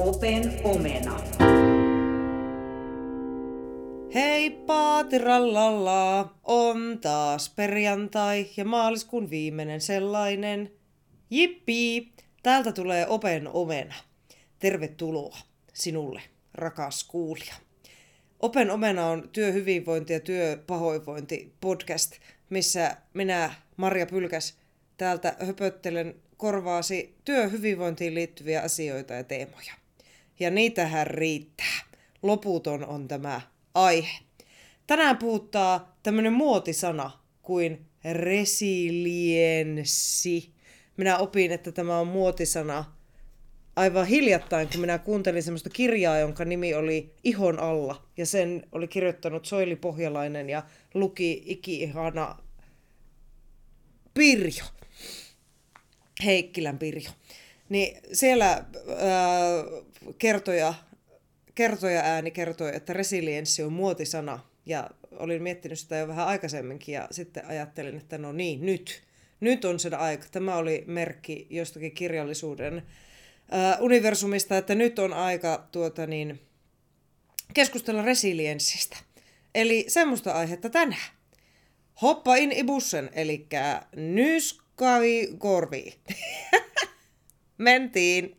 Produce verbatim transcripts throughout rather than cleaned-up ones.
Open omena. Heippa, tirallalla, on taas perjantai ja maaliskuun viimeinen sellainen. Jippii, täältä tulee Open omena. Tervetuloa sinulle, rakas kuulija. Open omena on työhyvinvointi ja työpahoinvointi podcast, missä minä, Marja Pylkäs, täältä höpöttelen korvaasi työhyvinvointiin liittyviä asioita ja teemoja. Ja niitähän riittää. Loputon on tämä aihe. Tänään puhuttaa tämmönen muotisana kuin resilienssi. Minä opin, että tämä on muotisana aivan hiljattain, kun minä kuuntelin semmoista kirjaa, jonka nimi oli Ihon alla. Ja sen oli kirjoittanut Soili Pohjalainen ja luki iki-ihana Pirjo. Heikkilän Pirjo. Niin siellä ää, kertoja, kertoja ääni kertoi, että resilienssi on muotisana. Ja olin miettinyt sitä jo vähän aikaisemminkin ja sitten ajattelin, että no niin, nyt. Nyt on sen aika. Tämä oli merkki jostakin kirjallisuuden ää, universumista, että nyt on aika tuota niin, keskustella resilienssistä. Eli semmoista aihetta tänään. Hoppa in i bussen, eli nyskavi korvi. Mentiin.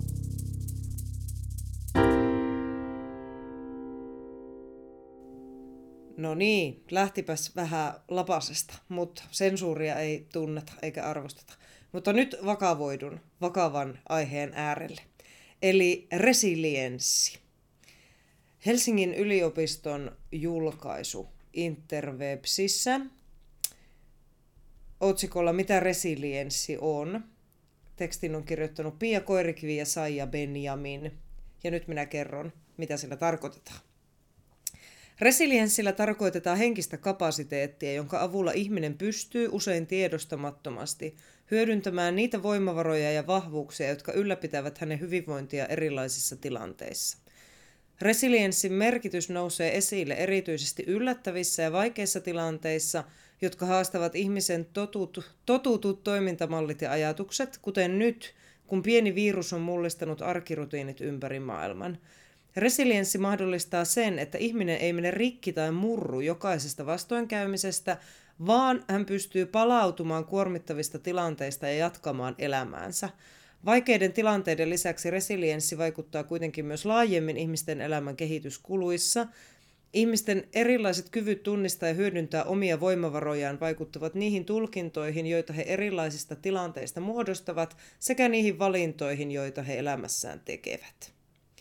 No niin, lähtipäs vähän lapasesta, mutta sensuuria ei tunneta eikä arvosteta. Mutta nyt vakavoidun vakavan aiheen äärelle. Eli resilienssi. Helsingin yliopiston julkaisu Interwebsissä otsikolla Mitä resilienssi on. Tekstin on kirjoittanut Pia Koirikivi ja Saija Benjamin. Ja nyt minä kerron, mitä sillä tarkoitetaan. Resilienssillä tarkoitetaan henkistä kapasiteettia, jonka avulla ihminen pystyy usein tiedostamattomasti hyödyntämään niitä voimavaroja ja vahvuuksia, jotka ylläpitävät hänen hyvinvointia erilaisissa tilanteissa. Resilienssin merkitys nousee esille erityisesti yllättävissä ja vaikeissa tilanteissa, jotka haastavat ihmisen totut, totutut toimintamallit ja ajatukset, kuten nyt, kun pieni virus on mullistanut arkirutiinit ympäri maailman. Resilienssi mahdollistaa sen, että ihminen ei mene rikki tai murru jokaisesta vastoinkäymisestä, vaan hän pystyy palautumaan kuormittavista tilanteista ja jatkamaan elämäänsä. Vaikeiden tilanteiden lisäksi resilienssi vaikuttaa kuitenkin myös laajemmin ihmisten elämän kehityskuluissa. Ihmisten erilaiset kyvyt tunnistaa ja hyödyntää omia voimavarojaan vaikuttavat niihin tulkintoihin, joita he erilaisista tilanteista muodostavat, sekä niihin valintoihin, joita he elämässään tekevät.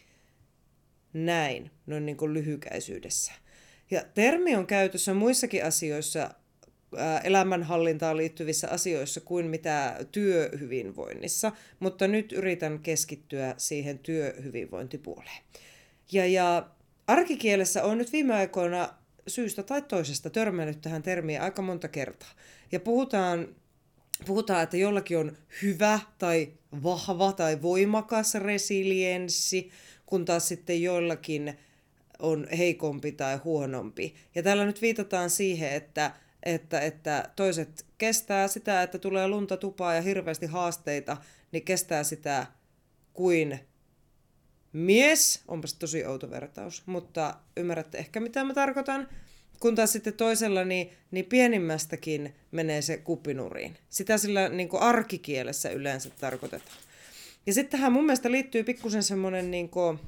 Näin, noin niin kuin lyhykäisyydessä. Ja termi on käytössä muissakin asioissa, ää, elämänhallintaan liittyvissä asioissa kuin mitä työhyvinvoinnissa, mutta nyt yritän keskittyä siihen työhyvinvointipuoleen. Ja, ja arkikielessä on nyt viime aikoina syystä tai toisesta törmännyt tähän termiin aika monta kertaa. Ja puhutaan, puhutaan, että jollakin on hyvä tai vahva tai voimakas resilienssi, kun taas sitten joillakin on heikompi tai huonompi. Ja tällä nyt viitataan siihen, että, että, että toiset kestää sitä, että tulee lunta tupaa ja hirveästi haasteita, niin kestää sitä kuin mies. Onpas tosi outo vertaus, mutta ymmärrätte ehkä mitä mä tarkoitan. Kun taas sitten toisella, niin, niin pienimmästäkin menee se kuppinuriin. Sitä sillä niin kuin arkikielessä yleensä tarkoitetaan. Ja sitten tähän mun mielestä liittyy pikkusen semmoinen niin kuin,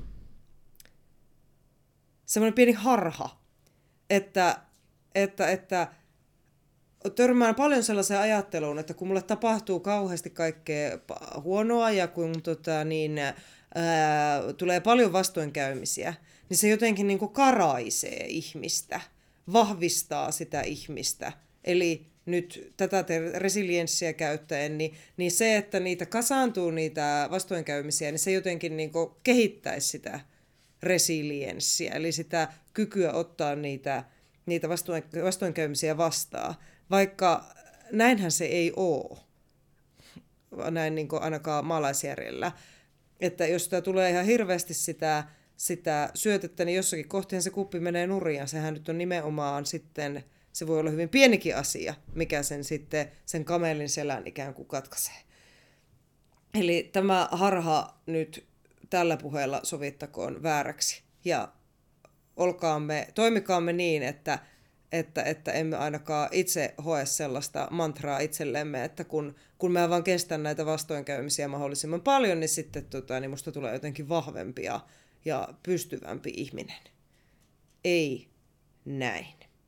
semmoinen pieni harha, että, että, että törmään paljon sellaiseen ajatteluun, että kun mulle tapahtuu kauheasti kaikkea huonoa ja kun tota, niin, ää, tulee paljon vastoinkäymisiä, niin se jotenkin niin kuin karaisee ihmistä, vahvistaa sitä ihmistä. Eli nyt tätä resilienssiä käyttäen, niin, niin se, että niitä kasaantuu niitä vastoinkäymisiä, niin se jotenkin niin kuin kehittäisi sitä resilienssiä, eli sitä kykyä ottaa niitä, niitä vastoin, vastoinkäymisiä vastaan. Vaikka näinhän se ei ole, näin niin kuin ainakaan maalaisjärjellä. Että jos sitä tulee ihan hirveästi sitä, sitä syötettä, niin jossakin kohtiin se kuppi menee nurin, ja sehän nyt on nimenomaan sitten, se voi olla hyvin pienikin asia, mikä sen sitten sen kamelin selän ikään kuin katkaisee. Eli tämä harha nyt tällä puheella sovittakoon vääräksi. Ja olkaamme, toimikaamme niin, että, että, että emme ainakaan itse hoe sellaista mantraa itsellemme, että kun, kun mä vaan kestän näitä vastoinkäymisiä mahdollisimman paljon, niin sitten tota, niin musta tulee jotenkin vahvempi ja, ja pystyvämpi ihminen. Ei näin.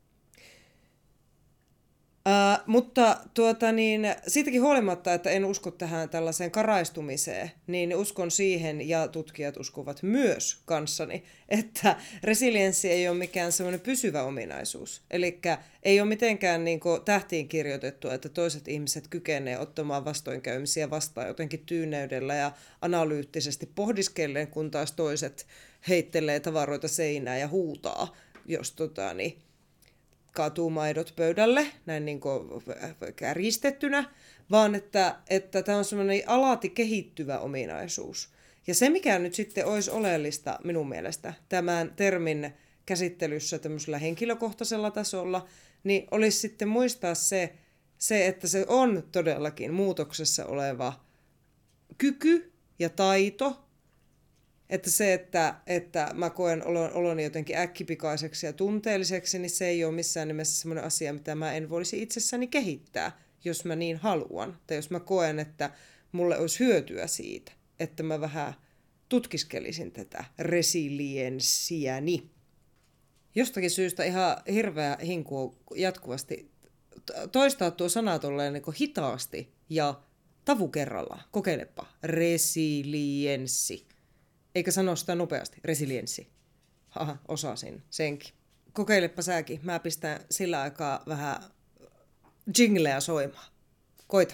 Uh, mutta tuota niin, siitäkin huolimatta, että en usko tähän tällaiseen karaistumiseen, niin uskon siihen, ja tutkijat uskovat myös kanssani, että resilienssi ei ole mikään semmoinen pysyvä ominaisuus. Eli ei ole mitenkään niin kuin tähtiin kirjoitettu, että toiset ihmiset kykenevät ottamaan vastoinkäymisiä vastaan jotenkin tyyneydellä ja analyyttisesti pohdiskellen, kun taas toiset heittelee tavaroita seinään ja huutaa, jos tota niin, kaatuu maidot pöydälle, näin niin kuin kärjistettynä, vaan että, että tämä on semmoinen alati kehittyvä ominaisuus. Ja se, mikä nyt sitten olisi oleellista minun mielestä tämän termin käsittelyssä tämmöisellä henkilökohtaisella tasolla, niin olisi sitten muistaa se, se, että se on todellakin muutoksessa oleva kyky ja taito. Että se, että, että mä koen oloni jotenkin äkkipikaiseksi ja tunteelliseksi, niin se ei ole missään nimessä semmoinen asia, mitä mä en voisi itsessäni kehittää, jos mä niin haluan. Tai jos mä koen, että mulle olisi hyötyä siitä, että mä vähän tutkiskelisin tätä resilienssiäni. Jostakin syystä ihan hirveä hinku jatkuvasti toistaa tuo sana tolleen niin kuin hitaasti ja tavu kerrallaan. Kokeilepa. Resilienssi. Eikä sano sitä nopeasti. Resilienssi. Haha, osasin senkin. Kokeilepa säkin. Mä pistän sillä aikaa vähän jingleä soimaan. Koita.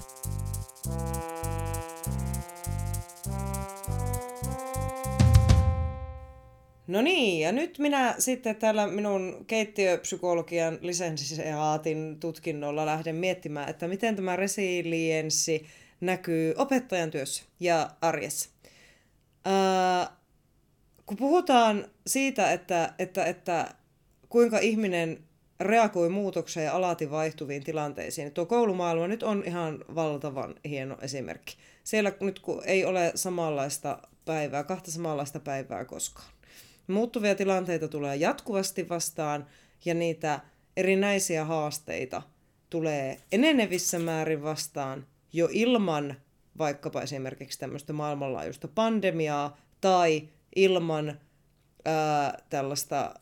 No niin, ja nyt minä sitten täällä minun keittiöpsykologian lisensiaatin tutkinnolla lähden miettimään, että miten tämä resilienssi näkyy opettajan työssä ja arjessa. Ää, kun puhutaan siitä, että, että, että kuinka ihminen reagoi muutokseen ja alati vaihtuviin tilanteisiin, niin tuo koulumaailma nyt on ihan valtavan hieno esimerkki. Siellä nyt kun ei ole samanlaista päivää, kahta samanlaista päivää koskaan. Muuttuvia tilanteita tulee jatkuvasti vastaan ja niitä erinäisiä haasteita tulee enenevissä määrin vastaan jo ilman vaikkapa esimerkiksi tämmöistä maailmanlaajuista pandemiaa tai ilman ää, tällaista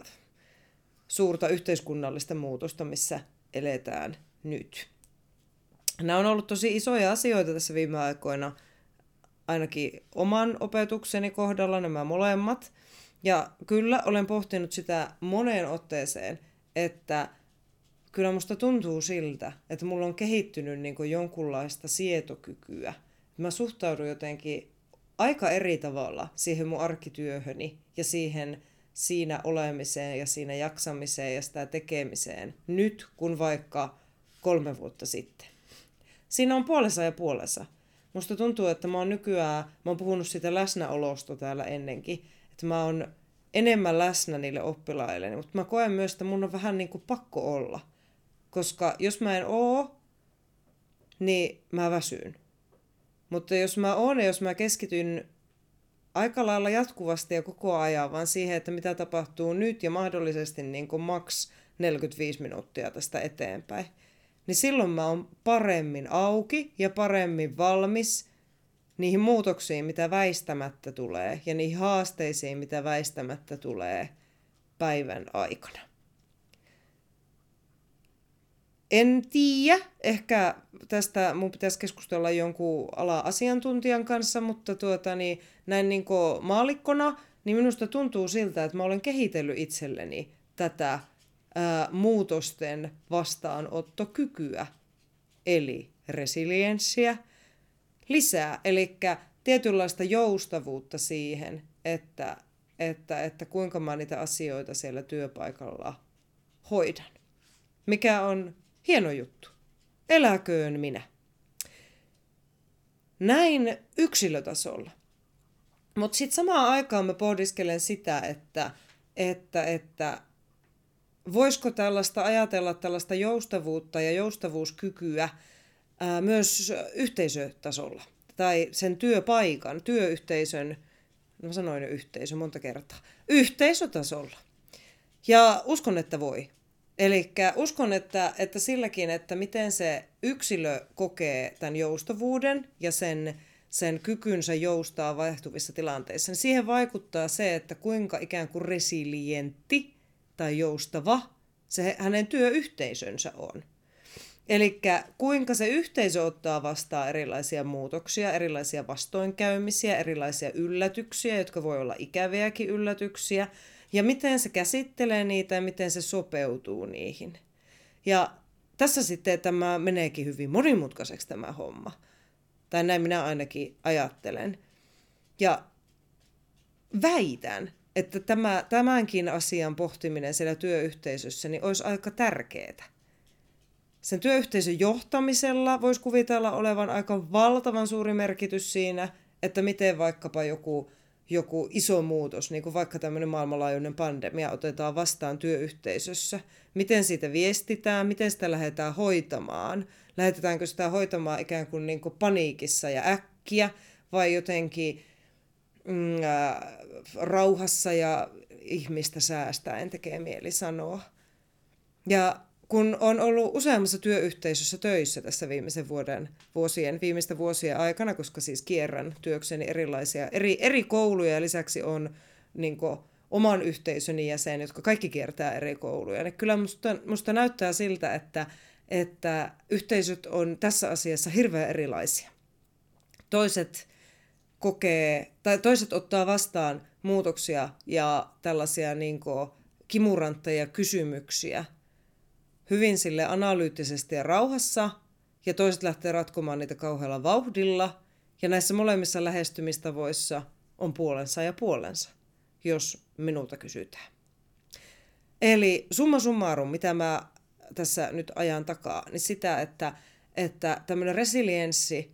suurta yhteiskunnallista muutosta, missä eletään nyt. Nämä on ollut tosi isoja asioita tässä viime aikoina, ainakin oman opetukseni kohdalla nämä molemmat. Ja kyllä olen pohtinut sitä moneen otteeseen, että kyllä musta tuntuu siltä, että mulla on kehittynyt niin kuin jonkunlaista sietokykyä. Mä suhtaudun jotenkin aika eri tavalla siihen mun arkityöhöni ja siihen siinä olemiseen ja siinä jaksamiseen ja sitä tekemiseen nyt kuin vaikka kolme vuotta sitten. Siinä on puolessa ja puolessa. Musta tuntuu, että mä oon nykyään, mä oon puhunut siitä läsnäolosta täällä ennenkin, että mä oon enemmän läsnä niille oppilaille, mutta mä koen myös, että mun on vähän niin kuin pakko olla. Koska jos mä en oo, niin mä väsyn. Mutta jos mä oon ja jos mä keskityn aika lailla jatkuvasti ja koko ajan vaan siihen, että mitä tapahtuu nyt ja mahdollisesti niin kuin maks neljäkymmentäviisi minuuttia tästä eteenpäin, niin silloin mä oon paremmin auki ja paremmin valmis niihin muutoksiin, mitä väistämättä tulee, ja niihin haasteisiin, mitä väistämättä tulee päivän aikana. En tiedä, ehkä tästä mun pitäisi keskustella jonkun ala-asiantuntijan kanssa, mutta tuota, niin, näin niin kuin maallikkona, niin minusta tuntuu siltä, että mä olen kehitellyt itselleni tätä ää, muutosten vastaanottokykyä, eli resilienssiä, lisää, eli tietynlaista joustavuutta siihen, että, että, että kuinka mä niitä asioita siellä työpaikalla hoidan. Mikä on hieno juttu. Eläköön minä. Näin yksilötasolla. Mutta sitten samaan aikaan mä pohdiskelen sitä, että, että, että voisiko tällaista ajatella tällaista joustavuutta ja joustavuuskykyä ää, myös yhteisötasolla. tai sen työpaikan, työyhteisön, no sanoin jo yhteisö monta kertaa, yhteisötasolla. Ja uskon, että voi. Eli uskon, että, että silläkin, että miten se yksilö kokee tämän joustavuuden ja sen, sen kykynsä joustaa vaihtuvissa tilanteissa, niin siihen vaikuttaa se, että kuinka ikään kuin resilientti tai joustava se hänen työyhteisönsä on. Eli kuinka se yhteisö ottaa vastaan erilaisia muutoksia, erilaisia vastoinkäymisiä, erilaisia yllätyksiä, jotka voi olla ikäviäkin yllätyksiä, ja miten se käsittelee niitä ja miten se sopeutuu niihin. Ja tässä sitten tämä meneekin hyvin monimutkaiseksi tämä homma. Tai näin minä ainakin ajattelen. Ja väitän, että tämä, tämänkin asian pohtiminen siellä työyhteisössä niin olisi aika tärkeää. Sen työyhteisön johtamisella voisi kuvitella olevan aika valtavan suuri merkitys siinä, että miten vaikkapa joku, joku iso muutos, niin kuin vaikka tämmöinen maailmanlaajuinen pandemia, otetaan vastaan työyhteisössä. Miten siitä viestitään, miten sitä lähdetään hoitamaan. Lähetetäänkö sitä hoitamaan ikään kuin, niin kuin paniikissa ja äkkiä vai jotenkin mm, äh, rauhassa ja ihmistä säästäen, tekee mieli sanoa. Ja kun on ollut useammassa työyhteisössä töissä tässä viimeisen vuoden, vuosien, viimeisten vuosien aikana, koska siis kierrän työkseni erilaisia eri, eri kouluja ja lisäksi on niin kuin, oman yhteisöni jäsen, jotka kaikki kiertää eri kouluja. Niin kyllä musta, musta näyttää siltä, että, että yhteisöt on tässä asiassa hirveän erilaisia. Toiset kokee, tai toiset ottaa vastaan muutoksia ja tällaisia niin kuin, kimurantteja kysymyksiä hyvin sille analyyttisesti ja rauhassa, ja toiset lähtee ratkomaan niitä kauhealla vauhdilla, ja näissä molemmissa lähestymistavoissa on puolensa ja puolensa, jos minulta kysytään. Eli summa summarum, mitä mä tässä nyt ajan takaa, niin sitä, että, että tämmöinen resilienssi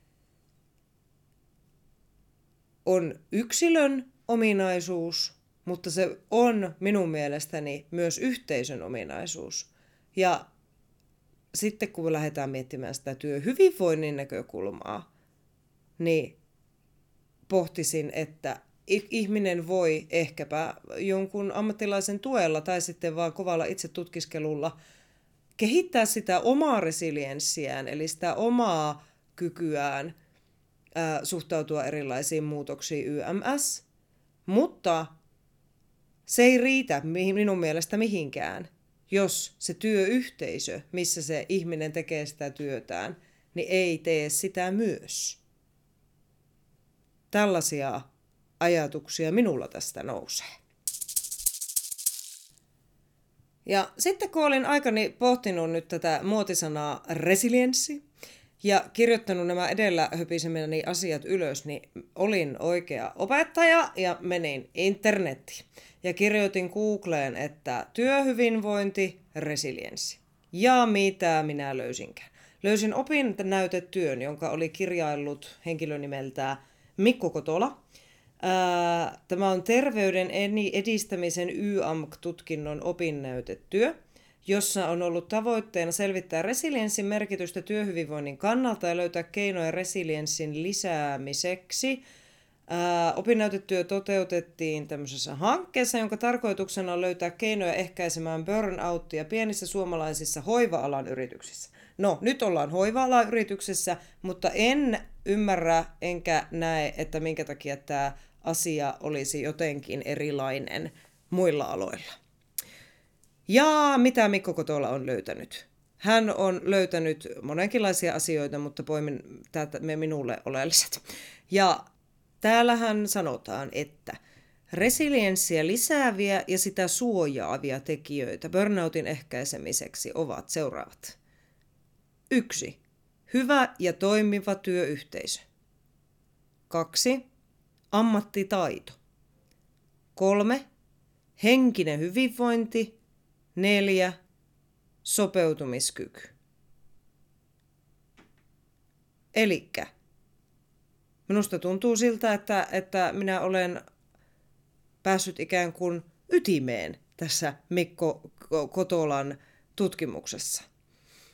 on yksilön ominaisuus, mutta se on minun mielestäni myös yhteisön ominaisuus. Ja sitten kun lähdetään miettimään sitä työhyvinvoinnin näkökulmaa, niin pohtisin, että ihminen voi ehkäpä jonkun ammattilaisen tuella tai sitten vaan kovalla itse tutkiskelulla kehittää sitä omaa resilienssiään, eli sitä omaa kykyään ää, suhtautua erilaisiin muutoksiin Y M S, mutta se ei riitä minun mielestä mihinkään, jos se työyhteisö, missä se ihminen tekee sitä työtään, niin ei tee sitä myös. Tällaisia ajatuksia minulla tästä nousee. Ja sitten kun olin aikani pohtinut nyt tätä muotisanaa resilienssi ja kirjoittanut nämä edellä höpisemäni asiat ylös, niin olin oikea opettaja ja menin internettiin. Ja kirjoitin Googleen, että työhyvinvointi, resilienssi. Ja mitä minä löysinkään. Löysin opinnäytetyön, jonka oli kirjaillut henkilö nimeltään Mikko Kotola. Tämä on terveyden edistämisen Y A M K-tutkinnon opinnäytetyö, jossa on ollut tavoitteena selvittää resilienssin merkitystä työhyvinvoinnin kannalta ja löytää keinoja resilienssin lisäämiseksi. Ää, opinnäytetyö toteutettiin tämmöisessä hankkeessa, jonka tarkoituksena on löytää keinoja ehkäisemään burnouttia pienissä suomalaisissa hoiva-alan yrityksissä. No, nyt ollaan hoiva-alan yrityksessä, mutta en ymmärrä enkä näe, että minkä takia tämä asia olisi jotenkin erilainen muilla aloilla. Ja mitä Mikko Kotola on löytänyt? Hän on löytänyt monenkinlaisia asioita, mutta poimin täältä me minulle oleelliset. Ja täällähän sanotaan, että resilienssiä lisääviä ja sitä suojaavia tekijöitä burnoutin ehkäisemiseksi ovat seuraavat. Yksi. Hyvä ja toimiva työyhteisö. Kaksi. Ammattitaito. Kolme. Henkinen hyvinvointi. Neljä. Sopeutumiskyky. Elikkä minusta tuntuu siltä, että, että minä olen päässyt ikään kuin ytimeen tässä Mikko Kotolan tutkimuksessa.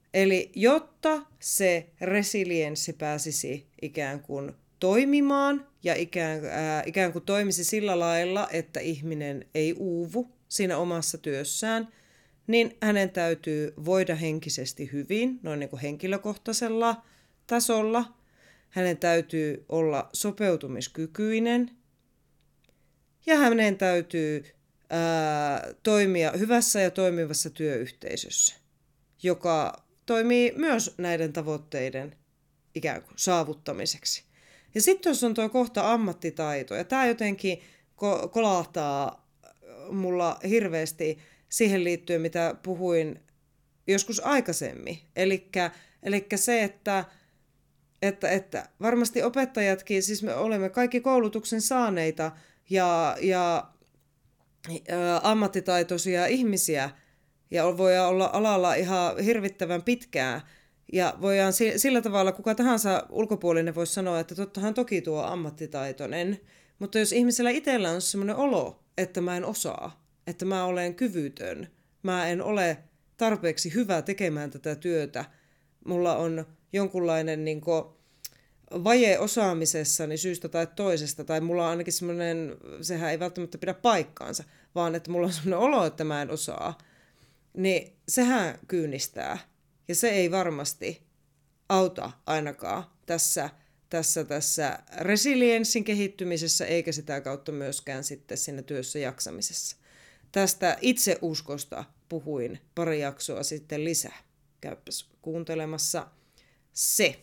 Eli jotta se resilienssi pääsisi ikään kuin toimimaan ja ikään, ää, ikään kuin toimisi sillä lailla, että ihminen ei uuvu siinä omassa työssään, niin hänen täytyy voida henkisesti hyvin, noin niin kuin henkilökohtaisella tasolla. Hänen täytyy olla sopeutumiskykyinen ja hänen täytyy ää, toimia hyvässä ja toimivassa työyhteisössä, joka toimii myös näiden tavoitteiden ikään kuin saavuttamiseksi. Ja sitten jos on tuo kohta ammattitaito, ja tämä jotenkin ko- kolahtaa mulla hirveästi siihen liittyen, mitä puhuin joskus aikaisemmin. Elikkä, elikkä se, että, että, että varmasti opettajatkin, siis me olemme kaikki koulutuksen saaneita ja, ja ä, ammattitaitoisia ihmisiä, ja voidaan olla alalla ihan hirvittävän pitkään. Ja voidaan sillä tavalla, kuka tahansa ulkopuolinen voisi sanoa, että tottahan toki tuo ammattitaitoinen, mutta jos ihmisellä itsellä on sellainen olo, että mä en osaa, että mä olen kyvytön, mä en ole tarpeeksi hyvä tekemään tätä työtä, mulla on jonkunlainen niin kuin vaje osaamisessani syystä tai toisesta, tai mulla on ainakin semmoinen, sehän ei välttämättä pidä paikkaansa, vaan että mulla on semmoinen olo, että mä en osaa, niin sehän kyynistää. Ja se ei varmasti auta ainakaan tässä, tässä, tässä resilienssin kehittymisessä, eikä sitä kautta myöskään sitten siinä työssä jaksamisessa. Tästä itseuskosta puhuin pari jaksoa sitten lisää. Käypäs kuuntelemassa se.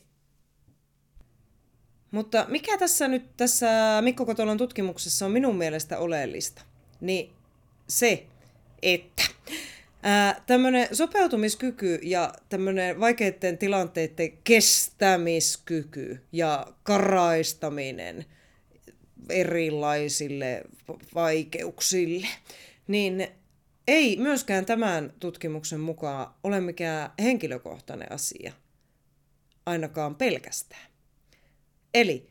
Mutta mikä tässä nyt tässä Mikko Kotolon tutkimuksessa on minun mielestä oleellista, niin se, että tämmöinen sopeutumiskyky ja tämmöinen vaikeiden tilanteiden kestämiskyky ja karaistaminen erilaisille vaikeuksille, niin ei myöskään tämän tutkimuksen mukaan ole mikään henkilökohtainen asia, ainakaan pelkästään. Eli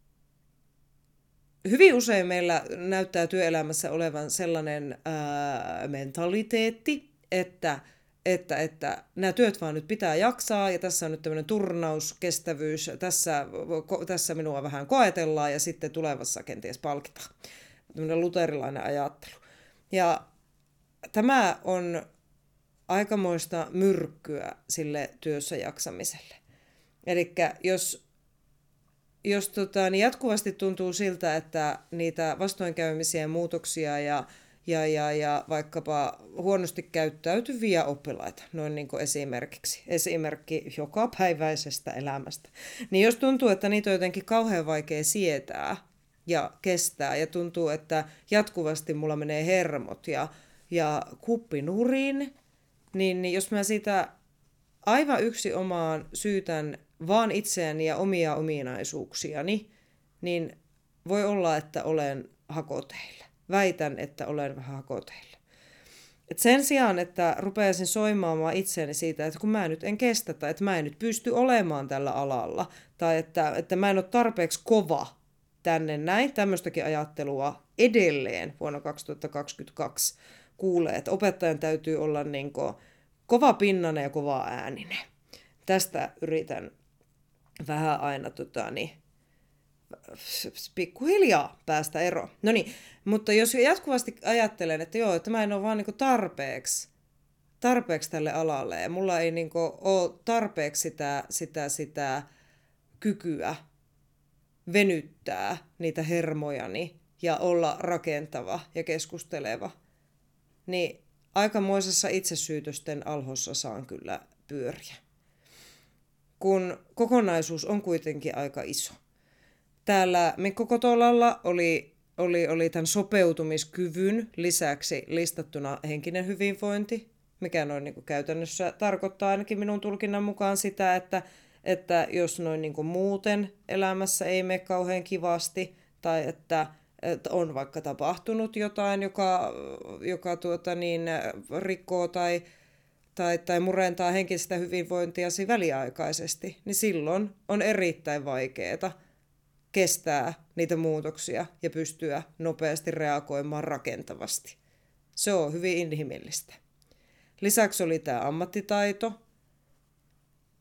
hyvin usein meillä näyttää työelämässä olevan sellainen ää, mentaliteetti, että, että, että nämä työt vaan nyt pitää jaksaa ja tässä on nyt tämmöinen turnauskestävyys, tässä, ko, tässä minua vähän koetellaan ja sitten tulevassa kenties palkitaan. Tämmöinen luterilainen ajattelu. Ja tämä on aikamoista myrkkyä sille työssä jaksamiselle. Eli jos Jos tota, niin jatkuvasti tuntuu siltä, että niitä vastoinkäymisiä ja muutoksia ja, ja, ja, ja vaikkapa huonosti käyttäytyviä oppilaita, noin niin kuin esimerkiksi, esimerkki jokapäiväisestä elämästä, niin jos tuntuu, että niitä on jotenkin kauhean vaikea sietää ja kestää ja tuntuu, että jatkuvasti mulla menee hermot ja, ja kuppi nurin, niin, niin jos mä siitä aivan yksi omaan syytän vaan itseäni ja omia ominaisuuksiani, niin voi olla, että olen hakoteilla. Väitän, että olen vähän hakoteilla. Et sen sijaan, että rupeaisin soimaamaan itseäni siitä, että kun mä nyt en kestä tai että mä en nyt pysty olemaan tällä alalla tai että, että mä en ole tarpeeksi kova tänne näin, tämmöistäkin ajattelua edelleen vuonna kaksituhattakaksikymmentäkaksi kuulee, että opettajan täytyy olla niin kuin kova pinnanen ja kova ääninen. Tästä yritän vähän aina tota, niin, pikkuhiljaa päästä eroon. No niin, mutta jos jatkuvasti ajattelen, että joo, että mä en ole vaan niin tarpeeksi, tarpeeksi tälle alalle ja mulla ei niin ole tarpeeksi sitä, sitä, sitä kykyä venyttää niitä hermojani ja olla rakentava ja keskusteleva, niin aikamoisessa itsesyytösten alhossa saan kyllä pyöriä. Kun kokonaisuus on kuitenkin aika iso. Täällä Mikko Kotolalla oli, oli, oli tämän sopeutumiskyvyn lisäksi listattuna henkinen hyvinvointi, mikä noin niin kuin käytännössä tarkoittaa ainakin minun tulkinnan mukaan sitä, että, että jos noin niin kuin muuten elämässä ei mene kauhean kivasti tai että, että on vaikka tapahtunut jotain, joka, joka tuota niin, rikkoo tai Tai, tai murentaa henkistä hyvinvointiasi väliaikaisesti, niin silloin on erittäin vaikeaa kestää niitä muutoksia ja pystyä nopeasti reagoimaan rakentavasti. Se on hyvin inhimillistä. Lisäksi oli tämä ammattitaito,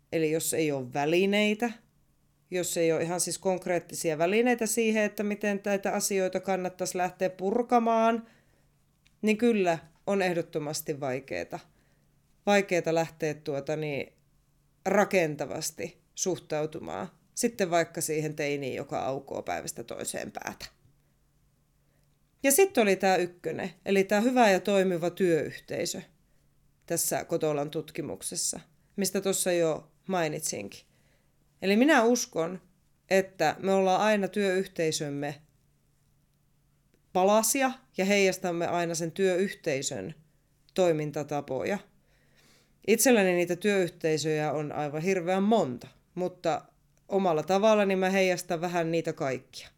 eli jos ei ole välineitä, jos ei ole ihan siis konkreettisia välineitä siihen, että miten näitä asioita kannattaisi lähteä purkamaan, niin kyllä on ehdottomasti vaikeaa. Vaikeaa lähteä tuota niin rakentavasti suhtautumaan sitten vaikka siihen teiniin, joka aukoo päivästä toiseen päätä. Ja sitten oli tämä ykkönen, eli tämä hyvä ja toimiva työyhteisö tässä Kotolan tutkimuksessa, mistä tuossa jo mainitsinkin. Eli minä uskon, että me ollaan aina työyhteisömme palasia ja heijastamme aina sen työyhteisön toimintatapoja. Itselläni niitä työyhteisöjä on aivan hirveän monta, mutta omalla tavallani mä heijastan vähän niitä kaikkia.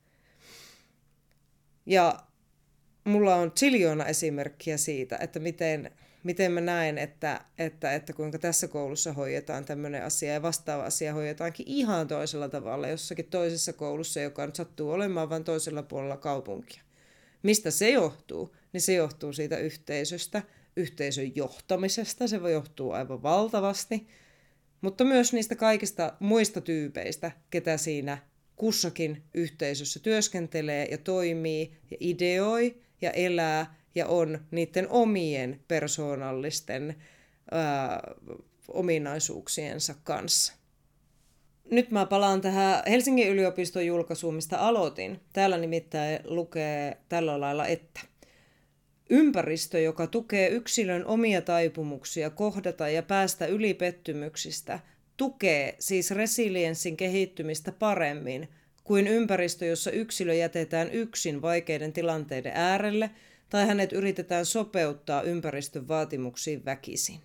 Ja mulla on ziljoona esimerkkiä siitä, että miten, miten mä näen, että, että, että kuinka tässä koulussa hoidetaan tämmöinen asia ja vastaava asia hoidetaankin ihan toisella tavalla jossakin toisessa koulussa, joka nyt sattuu olemaan vain toisella puolella kaupunkia. Mistä se johtuu? Niin se johtuu siitä yhteisöstä, yhteisön johtamisesta, se voi johtua aivan valtavasti, mutta myös niistä kaikista muista tyypeistä, ketä siinä kussakin yhteisössä työskentelee ja toimii ja ideoi ja elää ja on niiden omien persoonallisten ää, ominaisuuksiensa kanssa. Nyt mä palaan tähän Helsingin yliopiston julkaisuun, mistä aloitin. Täällä nimittäin lukee tällä lailla, että ympäristö, joka tukee yksilön omia taipumuksia kohdata ja päästä yli pettymyksistä, tukee siis resilienssin kehittymistä paremmin kuin ympäristö, jossa yksilö jätetään yksin vaikeiden tilanteiden äärelle tai hänet yritetään sopeuttaa ympäristön vaatimuksiin väkisin.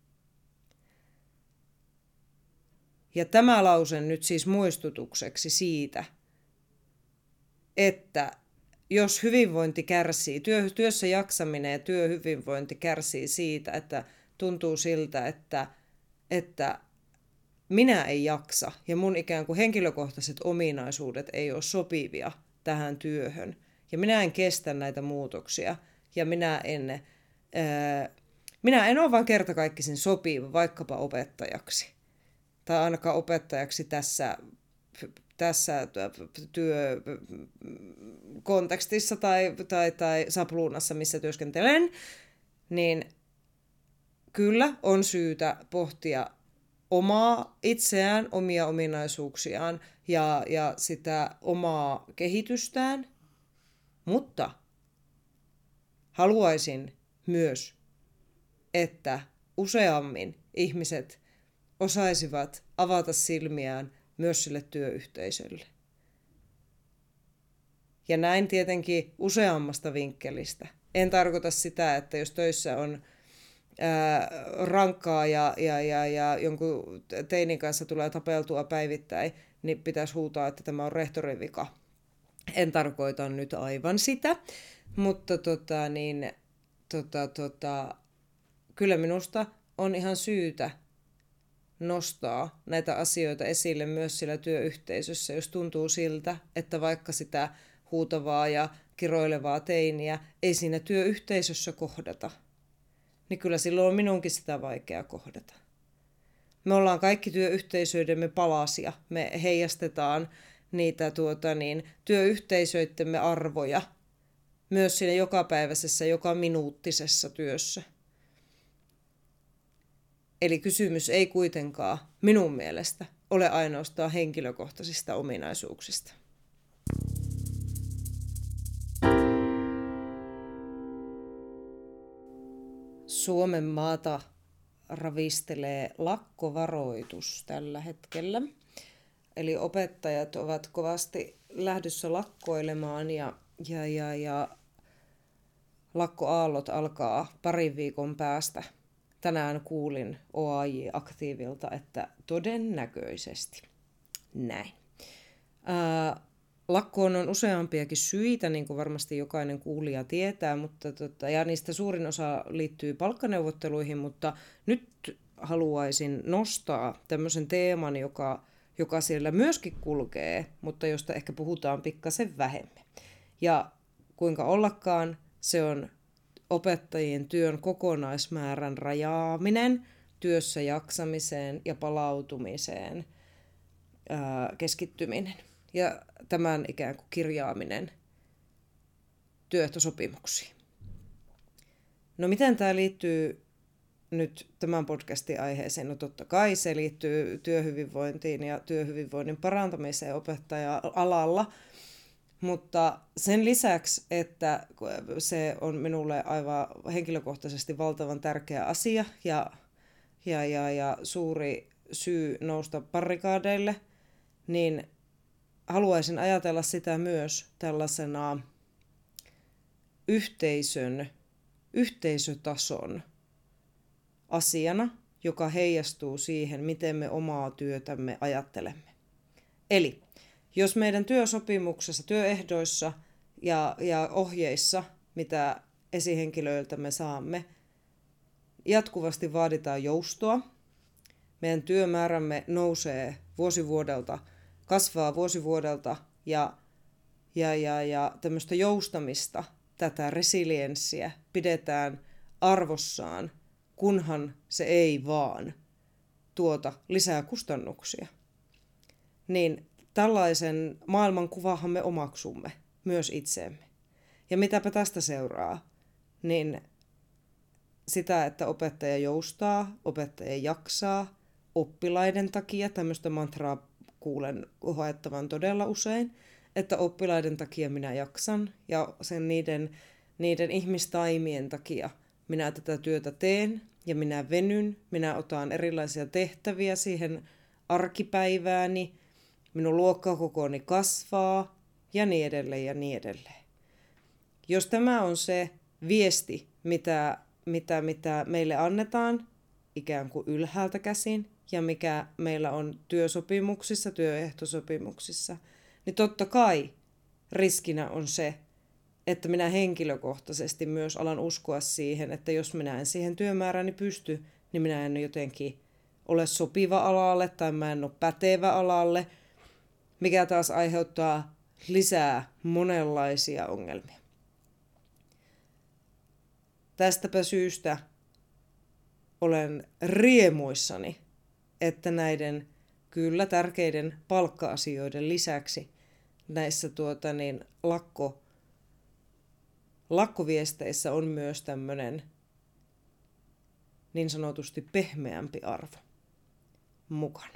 Ja tämä lause nyt siis muistutukseksi siitä, että jos hyvinvointi kärsii, työ, työssä jaksaminen ja työhyvinvointi kärsii siitä, että tuntuu siltä, että, että minä en jaksa ja mun ikään kuin henkilökohtaiset ominaisuudet ei ole sopivia tähän työhön. Ja minä en kestä näitä muutoksia ja minä en, ää, minä en ole vain kertakaikkisen sopiva vaikkapa opettajaksi. Tai ainakaan opettajaksi tässä, tässä työkontekstissa tai, tai, tai sapluunassa, missä työskentelen, niin kyllä on syytä pohtia omaa itseään, omia ominaisuuksiaan ja, ja sitä omaa kehitystään, mutta haluaisin myös, että useammin ihmiset osaisivat avata silmiään myös sille työyhteisölle. Ja näin tietenkin useammasta vinkkelistä. En tarkoita sitä, että jos töissä on ää, rankkaa ja, ja, ja, ja jonkun teinin kanssa tulee tapeltua päivittäin, niin pitäisi huutaa, että tämä on rehtorin vika. En tarkoita nyt aivan sitä, mutta tota, niin, tota, tota, kyllä minusta on ihan syytä nostaa näitä asioita esille myös sillä työyhteisössä, jos tuntuu siltä, että vaikka sitä huutavaa ja kiroilevaa teiniä ei siinä työyhteisössä kohdata, niin kyllä silloin on minunkin sitä vaikea kohdata. Me ollaan kaikki työyhteisöidemme palasia. Me heijastetaan niitä tuota, niin, työyhteisöittemme arvoja myös siinä jokapäiväisessä, joka minuuttisessa työssä. Eli kysymys ei kuitenkaan minun mielestä ole ainoastaan henkilökohtaisista ominaisuuksista. Suomen maata ravistelee lakkovaroitus tällä hetkellä. Eli opettajat ovat kovasti lähdössä lakkoilemaan ja, ja, ja, ja lakkoaallot alkaa parin viikon päästä. Tänään kuulin O A J-aktiivilta, että todennäköisesti näin. Ää, lakkoon on useampiakin syitä, niin kuin varmasti jokainen kuulija tietää, mutta tota, ja niistä suurin osa liittyy palkkaneuvotteluihin, mutta nyt haluaisin nostaa tämmöisen teeman, joka, joka siellä myöskin kulkee, mutta josta ehkä puhutaan pikkasen vähemmän. Ja kuinka ollakaan, se on opettajien työn kokonaismäärän rajaaminen työssä jaksamiseen ja palautumiseen ää, keskittyminen ja tämän ikään kuin kirjaaminen työehtosopimuksiin. No miten tämä liittyy nyt tämän podcastin aiheeseen? No totta kai se liittyy työhyvinvointiin ja työhyvinvoinnin parantamiseen opettaja-alalla, mutta sen lisäksi, että se on minulle aivan henkilökohtaisesti valtavan tärkeä asia ja, ja, ja, ja suuri syy nousta barrikaadeille, niin haluaisin ajatella sitä myös tällaisena yhteisön, yhteisötason asiana, joka heijastuu siihen, miten me omaa työtämme ajattelemme. Eli jos meidän työsopimuksessa, työehdoissa ja, ja ohjeissa, mitä esihenkilöiltä me saamme, jatkuvasti vaaditaan joustoa, meidän työmäärämme nousee vuosivuodelta, kasvaa vuosivuodelta ja, ja, ja, ja tämmöistä joustamista, tätä resilienssiä pidetään arvossaan, kunhan se ei vaan tuota lisää kustannuksia. Niin tällaisen maailmankuvahan me omaksumme myös itseemme. Ja mitäpä tästä seuraa, niin sitä, että opettaja joustaa, opettaja jaksaa, oppilaiden takia, tämmöistä mantraa kuulen hoettavan todella usein, että oppilaiden takia minä jaksan ja sen niiden, niiden ihmistaimien takia minä tätä työtä teen ja minä venyn, minä otan erilaisia tehtäviä siihen arkipäivääni, minun luokkakokooni kasvaa ja niin edelleen ja niin edelleen. Jos tämä on se viesti, mitä, mitä, mitä meille annetaan ikään kuin ylhäältä käsin ja mikä meillä on työsopimuksissa, työehtosopimuksissa, niin totta kai riskinä on se, että minä henkilökohtaisesti myös alan uskoa siihen, että jos minä en siihen työmääräni pysty, niin minä en jotenkin ole sopiva alalle tai mä en ole pätevä alalle, mikä taas aiheuttaa lisää monenlaisia ongelmia. Tästäpä syystä olen riemuissani, että näiden kyllä tärkeiden palkka-asioiden lisäksi näissä tuota, niin, lakko, lakkoviesteissä on myös tämmöinen niin sanotusti pehmeämpi arvo mukana.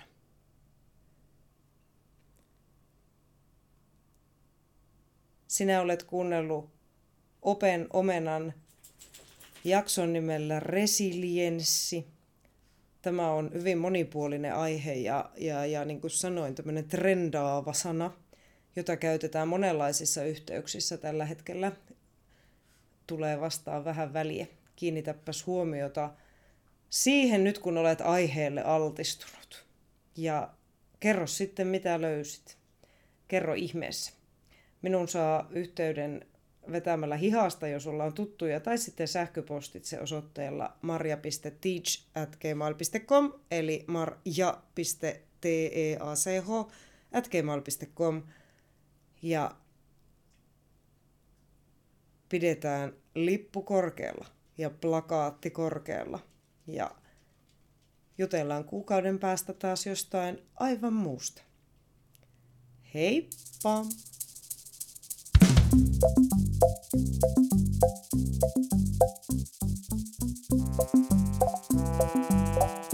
Sinä olet kuunnellut Open Omenan jakson nimellä Resilienssi. Tämä on hyvin monipuolinen aihe ja, ja, ja niin kuin sanoin, tämmöinen trendaava sana, jota käytetään monenlaisissa yhteyksissä tällä hetkellä. Tulee vastaan vähän väliä. Kiinnitäpäs huomiota siihen nyt, kun olet aiheelle altistunut. Ja kerro sitten, mitä löysit. Kerro ihmeessä. Minun saa yhteyden vetämällä hihasta, jos ollaan tuttuja, tai sitten sähköpostitse osoitteella marja piste teach at gmail piste com eli marja piste teach at gmail piste com ja pidetään lippu korkealla ja plakaatti korkealla ja jutellaan kuukauden päästä taas jostain aivan muusta. Heippa! Thank you.